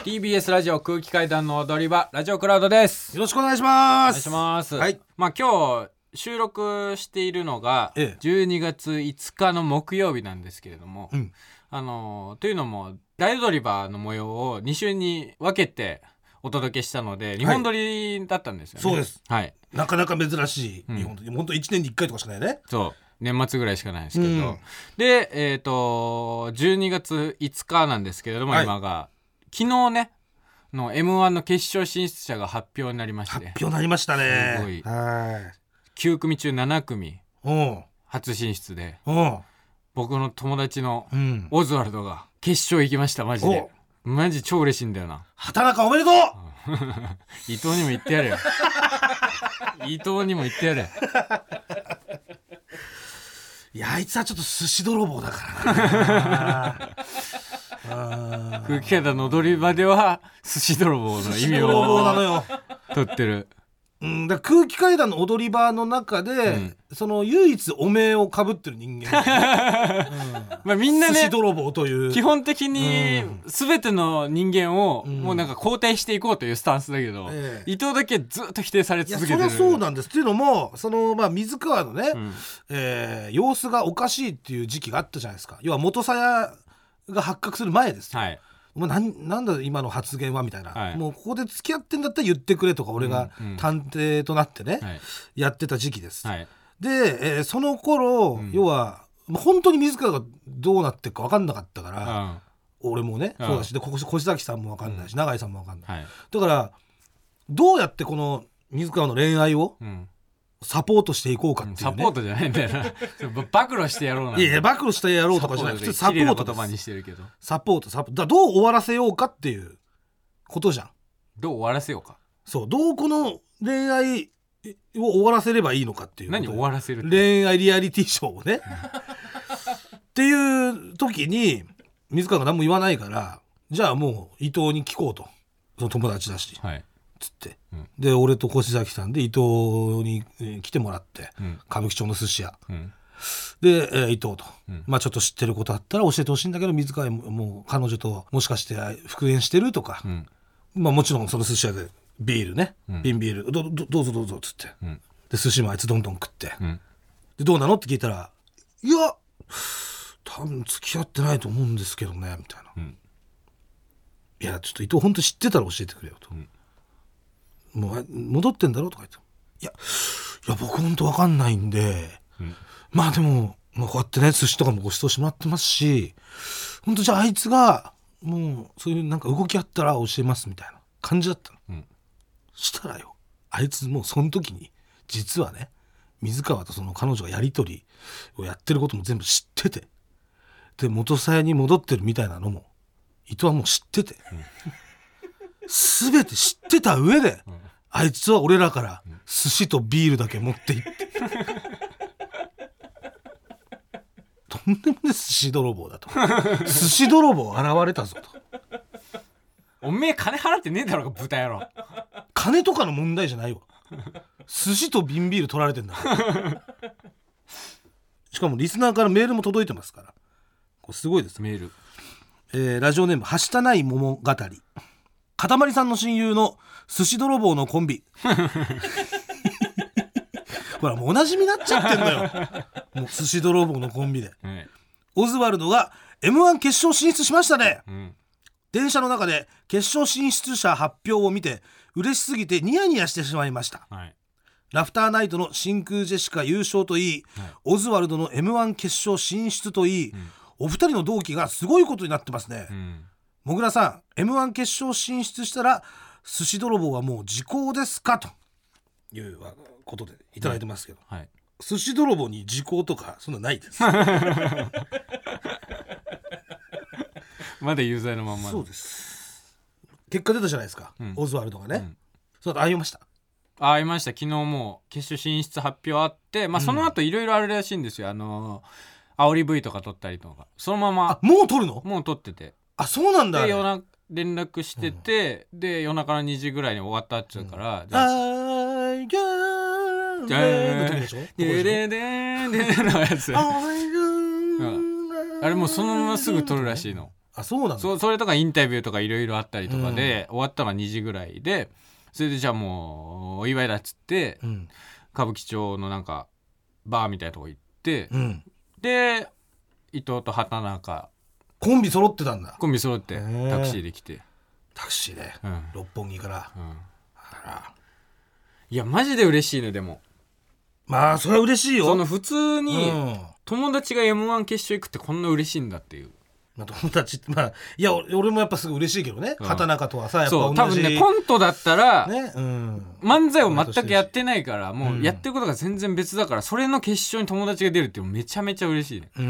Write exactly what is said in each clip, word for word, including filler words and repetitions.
ティービーエス ラジオ空気階段の踊り場、ラジオクラウドです。 よろしくお願いします。 お願いします。 はい。 まあ今日収録しているのがじゅうにがついつかの木曜日なんですけれども、うん、あのというのも大踊り場の模様をに週に分けてお届けしたのでにほん撮りだったんですよね。 そうです。 はい。 なかなか珍しいにほん撮り、うん、本当いちねんにいっかいとかしかないね。 そう。年末ぐらいしかないですけど、うん、で、えーとじゅうにがついつかなんですけれども、はい、今が昨日ねの エムワン の決勝進出者が発表になりまして、 発表になりましたね。 すごい。 はい。 きゅうくみ中ななくみ初進出で、僕の友達のオズワルドが決勝行きました。マジでマジ超嬉しいんだよな。 畑中おめでとう。 伊藤にも言ってやれよ。伊藤にも言ってやれ。 いやあいつはちょっと寿司泥棒だからな。 空気階段の踊り場では寿司泥棒の意味を取ってる。 うん、だから空気階段の踊り場の中で、うん、その唯一お面をかぶってる人間、うんまあ、みんなね寿司泥棒という基本的に全ての人間をもうなんか肯定していこうというスタンスだけど、うん、伊藤だけずっと否定され続けてる。いやそれはそうなんです。っていうのもその、まあ、水川のね、うんえー、様子がおかしいっていう時期があったじゃないですか。要は元さやが発覚する前です、はいもう な, なんだ今の発言はみたいな、はい、もうここで付き合ってんだったら言ってくれとか俺が探偵となってね、うんうん、やってた時期です、はい、で、えー、その頃、うん、要は本当に水川がどうなってるか分かんなかったから、うん、俺もね、うん、そうだしでここ越崎さんも分かんないし、うん、永井さんも分かんない、はい、だからどうやってこの水川の恋愛を、うんサポートしていこうかっていうね、 サポートじゃないんだよな暴露してやろうなんて。 いや暴露してやろうとかじゃなくてサポート言葉にしてるけどサポートサポートだどう終わらせようかっていうことじゃん。 どう終わらせようか。 そうどうこの恋愛を終わらせればいいのかっていう。 何終わらせるって恋愛リアリティショーをねっていう時に水川が何も言わないからじゃあもう伊藤に聞こうと。その友達だし、はいつって、うん、で俺と越崎さんで伊藤に、えー、来てもらって、うん、歌舞伎町の寿司屋、うん、で、えー、伊藤と、うんまあ、ちょっと知ってることあったら教えてほしいんだけど水川ももう彼女ともしかして復縁してるとか、うんまあ、もちろんその寿司屋でビールね、うん、瓶ビール ど, ど, どうぞどうぞっつって、うん、で寿司もあいつどんどん食って、うん、でどうなのって聞いたらいや多分付き合ってないと思うんですけどねみたいな、うん、いやちょっと伊藤本当知ってたら教えてくれよと、うんもう戻ってんだろとか言っていやいや僕本当分かんないんで、うん、まあでも、まあ、こうやってね寿司とかもご馳走してもらってますし本当じゃああいつがもうそういうなんか動きあったら教えますみたいな感じだったの、うん、したらよあいつもうその時に実はね水川とその彼女がやり取りをやってることも全部知っててで元さやに戻ってるみたいなのも伊藤はもう知ってて、うん全て知ってた上で、うん、あいつは俺らから寿司とビールだけ持って行って、とんでもない寿司泥棒だと寿司泥棒現れたぞとおめえ金払ってねえだろ豚野郎。 金とかの問題じゃないわ寿司と瓶ビール取られてんだからしかもリスナーからメールも届いてますからこれすごいです。 メール、 えー、ラジオネームはしたない桃語りかたまりさんの親友の寿司泥棒のコンビほらもうおなじみになっちゃってんだよもう寿司泥棒のコンビで、はい、オズワルドが エムワン 決勝進出しましたね、うん、電車の中で決勝進出者発表を見て嬉しすぎてニヤニヤしてしまいました、はい、ラフターナイトの真空ジェシカ優勝といい、はい、オズワルドの エムワン 決勝進出といい、うん、お二人の同期がすごいことになってますね、うんもぐらさん エムワン 決勝進出したら寿司泥棒はもう時効ですかということでいただいてますけど、はいはい、寿司泥棒に時効とかそんなないですまだ有罪のまんま。 そうです結果出たじゃないですか、うん、オズワルドがね、うん、そうだありましたありました昨日もう決勝進出発表あって、まあ、その後いろいろあるらしいんですよ、うん、あの煽り V とか撮ったりとかそのままあもう撮るのもう撮っててあそうなんだ。 で夜な連絡してて、うん、で夜中のにじぐらいに終わったっつうから、うん、じゃあ I got の時でしょででででのやつあれもうそのまますぐ撮るらしいのあ、そうなんだ。 そ, それとかインタビューとかいろいろあったりとかで、うん、終わったのがにじぐらいで、それでじゃあもうお祝いだっつって、うん、歌舞伎町のなんかバーみたいなとこ行って、うん、で伊藤と畑中コンビ揃ってたんだ。 コンビ揃ってタクシーで来て、 タクシーで、うん、六本木から、うん、あら、いやマジで嬉しいね。でもまあそれは嬉しいよ。 その普通に友達が エムワン 決勝行くってこんな嬉しいんだっていう。 まあ、友達ってまあいや俺もやっぱすごい嬉しいけどね、うん、畑中とはさやっぱ同じ。 そう多分ねコントだったら、ね、うん、漫才を全くやってないからもうやってることが全然別だから、うん、それの決勝に友達が出るってめちゃめちゃ嬉しいね。うん、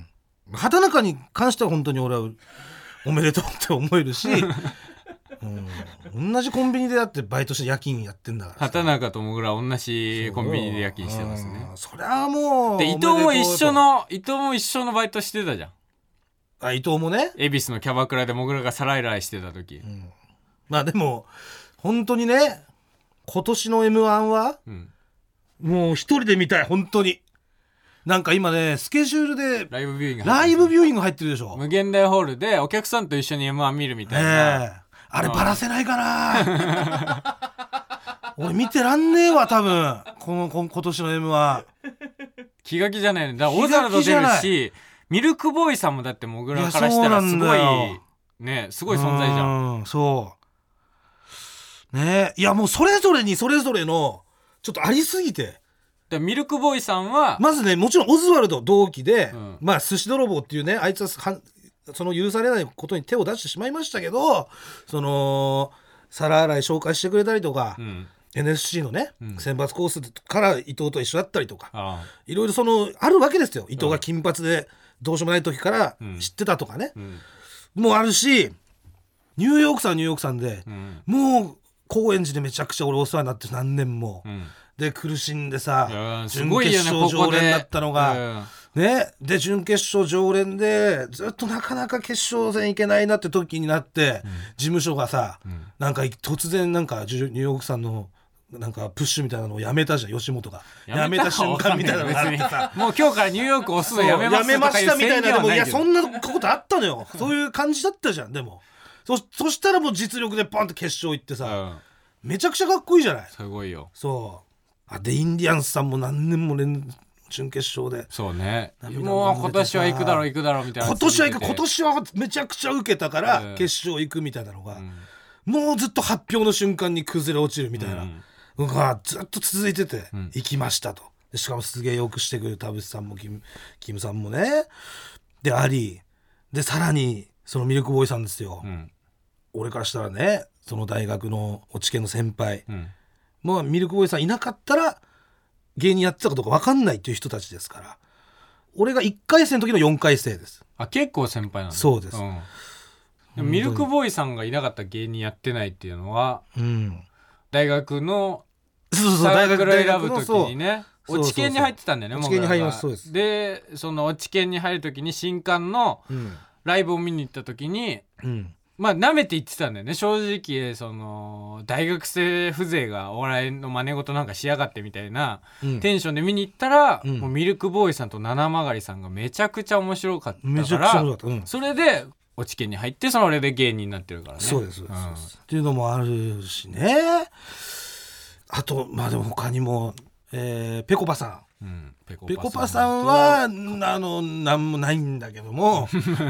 畑中に関しては本当に俺はおめでとうって思えるしうん、同じコンビニでだってバイトして夜勤やってんだから。 畑中ともぐら同じコンビニで夜勤してますね。 そりゃもうで伊藤も一緒の伊藤も一緒のバイトしてたじゃん。 あ、伊藤もね、 恵比寿のキャバクラでもぐらがサライライしてた時、うん、 まあでも本当にね今年の エムワン は、うん、もう一人で見たい。本当になんか今ねスケジュールでライブビューイングライブビューイング入ってるでしょ。 無限大ホールでお客さんと一緒に エムワン 見るみたいな、えー、 あれバラせないかな俺見てらんねえわ多分この今年の エムワン気が気じゃないのだからオザルド出るしミルクボーイさんもだってモグラからしたらすごいねすごい存在じゃん。 うんそうね。いやもうそれぞれにそれぞれのちょっとありすぎて、 でミルクボーイさんはまずねもちろんオズワルド同期で、うん、まあ寿司泥棒っていうねあいつはその許されないことに手を出してしまいましたけど、その皿洗い紹介してくれたりとか、うん、エヌエスシー のね、うん、選抜コースから伊藤と一緒だったりとかいろいろそのあるわけですよ。伊藤が金髪でどうしようもない時から知ってたとかね、うんうん、もうあるしニューヨークさんはニューヨークさんで、うん、もう高円寺でめちゃくちゃ俺お世話になって何年も、うん、で苦しんでさ準決勝常連だったのがね、で準決勝常連でずっとなかなか決勝戦いけないなって時になって、うん、事務所がさ、うん、なんか突然なんかニューヨークさんのなんかプッシュみたいなのをやめたじゃん吉本がやめた瞬間みたいなのがあってさもう今日からニューヨーク押すのやめますとかいう宣言はないけど、やめましたみたいな。でもいやそんなことあったのよそういう感じだったじゃん。でも そ, そしたらもう実力でポンと決勝行ってさ、うん、めちゃくちゃかっこいいじゃない。 すごいよ。 そうあでインディアンスさんも何年も連準決勝でそうねもう今年は行くだろう行くだろうみたいな。 今年は行く今年はめちゃくちゃ受けたから決勝行くみたいなのが、うん、もうずっと発表の瞬間に崩れ落ちるみたいなのがずっと続いてて、うん、行きましたと。でしかもすげえよくしてくれる田淵さんもキム、キムさんもねでありでさらにそのミルクボーイさんですよ、うん、俺からしたらねその大学の落ち研の先輩、うん、もうミルクボーイさんいなかったら芸人やってたかどうか分かんないっていう人たちですから俺がいっかい生の時のよんかい生です。 あ結構先輩なんだ。 そうです、うん、 でもミルクボーイさんがいなかったら芸人やってないっていうのは、うん、大学のサークル選ぶ時にね落ち研に入ってたんだよね。 落ち研に入ります。そうです。 でその落ち研に入る時に新刊のライブを見に行った時に、うん、まあ舐めて言ってたんだよね正直。その大学生風情がお笑いの真似事なんかしやがってみたいな、うん、テンションで見に行ったら、うん、もうミルクボーイさんと七曲さんがめちゃくちゃ面白かったからめちゃくちゃ面白かった、うん、それで落ち研に入ってそれで芸人になってるからね。 そうですそうです、うん、っていうのもあるしね。あとまあでも他にも、えー、ペコパさん、うん、ペコパさん、ペコパさんはあのなんもないんだけども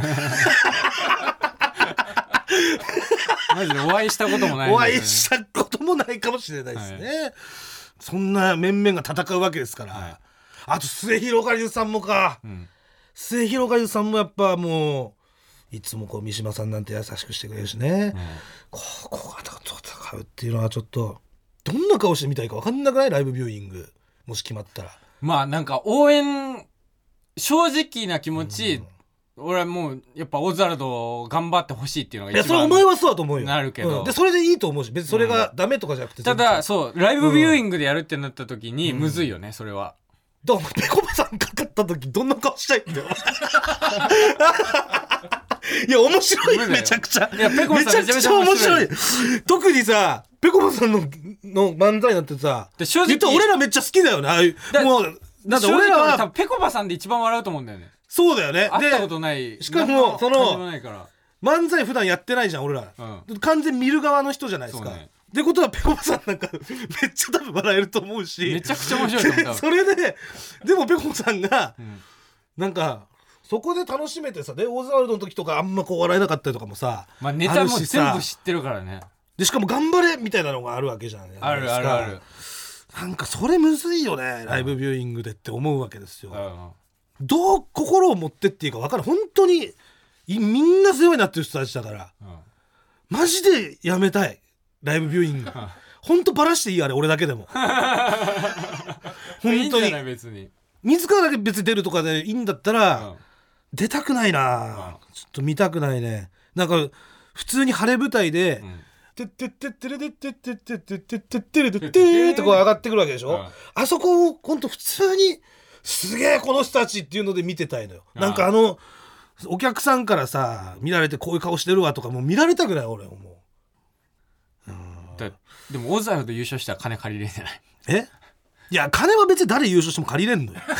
マジでお会いしたこともない、ね、 お会いしたこともないかもしれないですね、はい、そんな面々が戦うわけですから、はい、あと末広がりずさんもか、うん、末広がりずさんもやっぱもういつもこう三島さんなんて優しくしてくれるしね、うん、こうこう戦うっていうのはちょっとどんな顔してみたいか分かんなくない？ライブビューイングもし決まったらまあなんか応援正直な気持ち、うん、俺はもうやっぱオズワルド頑張ってほしいっていうのが一番。 いやそれお前はそうだと思うよ。 なるけど、 うん、でそれでいいと思うし別にそれがダメとかじゃなくて、 うん、ただそうライブビューイングでやるってなった時にむずいよね、うん、それは。 だからペコパさんかかった時どんな顔したいんだよいや面白いよめちゃくちゃ。いやペコパさんめちゃくちゃ面白い。特にさペコパさんのの漫才なんてさ正直俺らめっちゃ好きだよね。ああいうもうなんだ俺らは多分ペコパさんで一番笑うと思うんだよね。 そうだよね。 会ったことないしかもその漫才普段やってないじゃん俺ら、うん、完全見る側の人じゃないですか、ね、ってことはぺこぱさんなんかめっちゃ多分笑えると思うしめちゃくちゃ面白いと思うそれででもぺこぱさんが、うん、なんかそこで楽しめてさでオズワルドの時とかあんまこう笑えなかったりとかもさ、 まあ、ネタも全部知ってるからねでしかも頑張れみたいなのがあるわけじゃんあるあるあるなんかそれむずいよねライブビューイングでって思うわけですよ、うん、どう心を持ってっていいか分からん本当にみんな世話になってる人たちだから、うん、マジでやめたいライブビューイング、うん、本当バラしていいあれ俺だけでも本当にいいんじゃない別に自らだけ別に出るとかでいいんだったら、うん、出たくないな、うん、ちょっと見たくないねなんか普通に晴れ舞台で、うんてってってってれてってってってってってってってれてってってこう上がってくるわけでしょ、うん、あそこをほんと普通にすげえこの人たちっていうので見てたいのよ、うん、なんかあのお客さんからさ見られてこういう顔してるわとかもう見られたくない俺はもう、うん、 だでもオズワルド優勝したら金借りれんじゃないえいや金は別に誰優勝しても借りれんのよ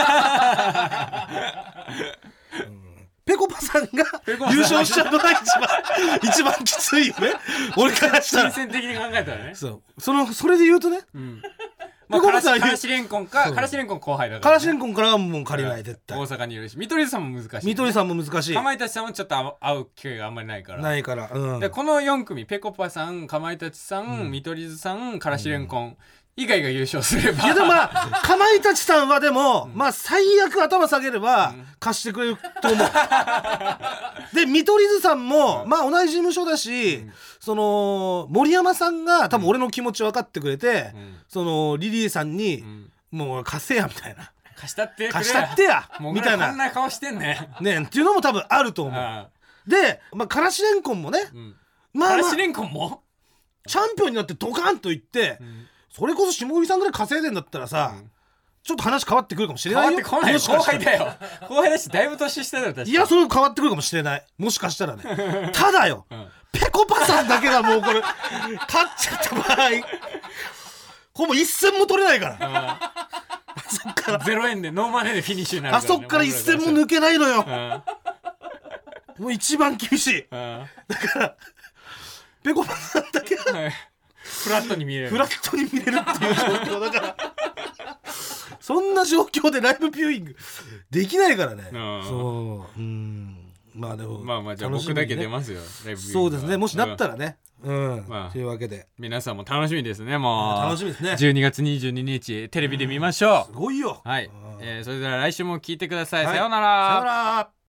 ぺこぱさんが優勝しちゃうのが一番一番きついよね俺からしたら金銭的に考えたらねそうそのそれで言うとね、うんまあ、からしからしれんこんかからしれんこん後輩だから、ね、 からしれんこんからはもう借りない絶対大阪にいるし見取り図さんも難しい、ね、 見取り図さんも難しいかまいたちさんもちょっと会う機会があんまりないからないから、うん、 でこのよん組ぺこぱさんかまいたちさん、うん、見取り図さんからしれんこん、うん以外が優勝すればいやでもまあかまいたちさんはでも、うん、まあ最悪頭下げれば貸してくれると思う、うん、で見取り図さんも、うん、まあ同じ事務所だし、うん、その森山さんが多分俺の気持ち分かってくれて、うん、そのリリーさんに、うん、もう貸せやみたいな貸したって貸したってやみたいなこんな顔してんねねっていうのも多分あると思うで、まあ、からしれんこんもね、うん、 まあ、まあ、からしれんこんもチャンピオンになってドカンといって、うんそれこそ下栗さんぐらい稼いでんだったらさ、うん、ちょっと話変わってくるかもしれないよ。 変わってこないよ後輩だよ後輩だしだいぶ年下だよ確かいやそれ変わってくるかもしれないもしかしたらねただよ、うん、ぺこぱさんだけがもうこれ勝っちゃった場合ほぼ一銭も取れないから、うん、あそっからゼロえんでノーマネーでフィニッシュになるから、 ね、あそっから一銭も抜けないのよ、うん、もう一番厳しい、うん、だからぺこぱさんだけは、はいフラットに見れるフラットに見れるっていう状況だからそんな状況でライブビューイングできないからねそううんまあでもまあまあじゃあ僕だけ出ますよライブビューイングそうですねもしなったらねうん、うんまあ、というわけで皆さんも楽しみですねもう楽しみですねじゅうにがつにじゅうににちテレビで見ましょうすごいよはい、えー、それでは来週も聞いてください、はい、さようならさようなら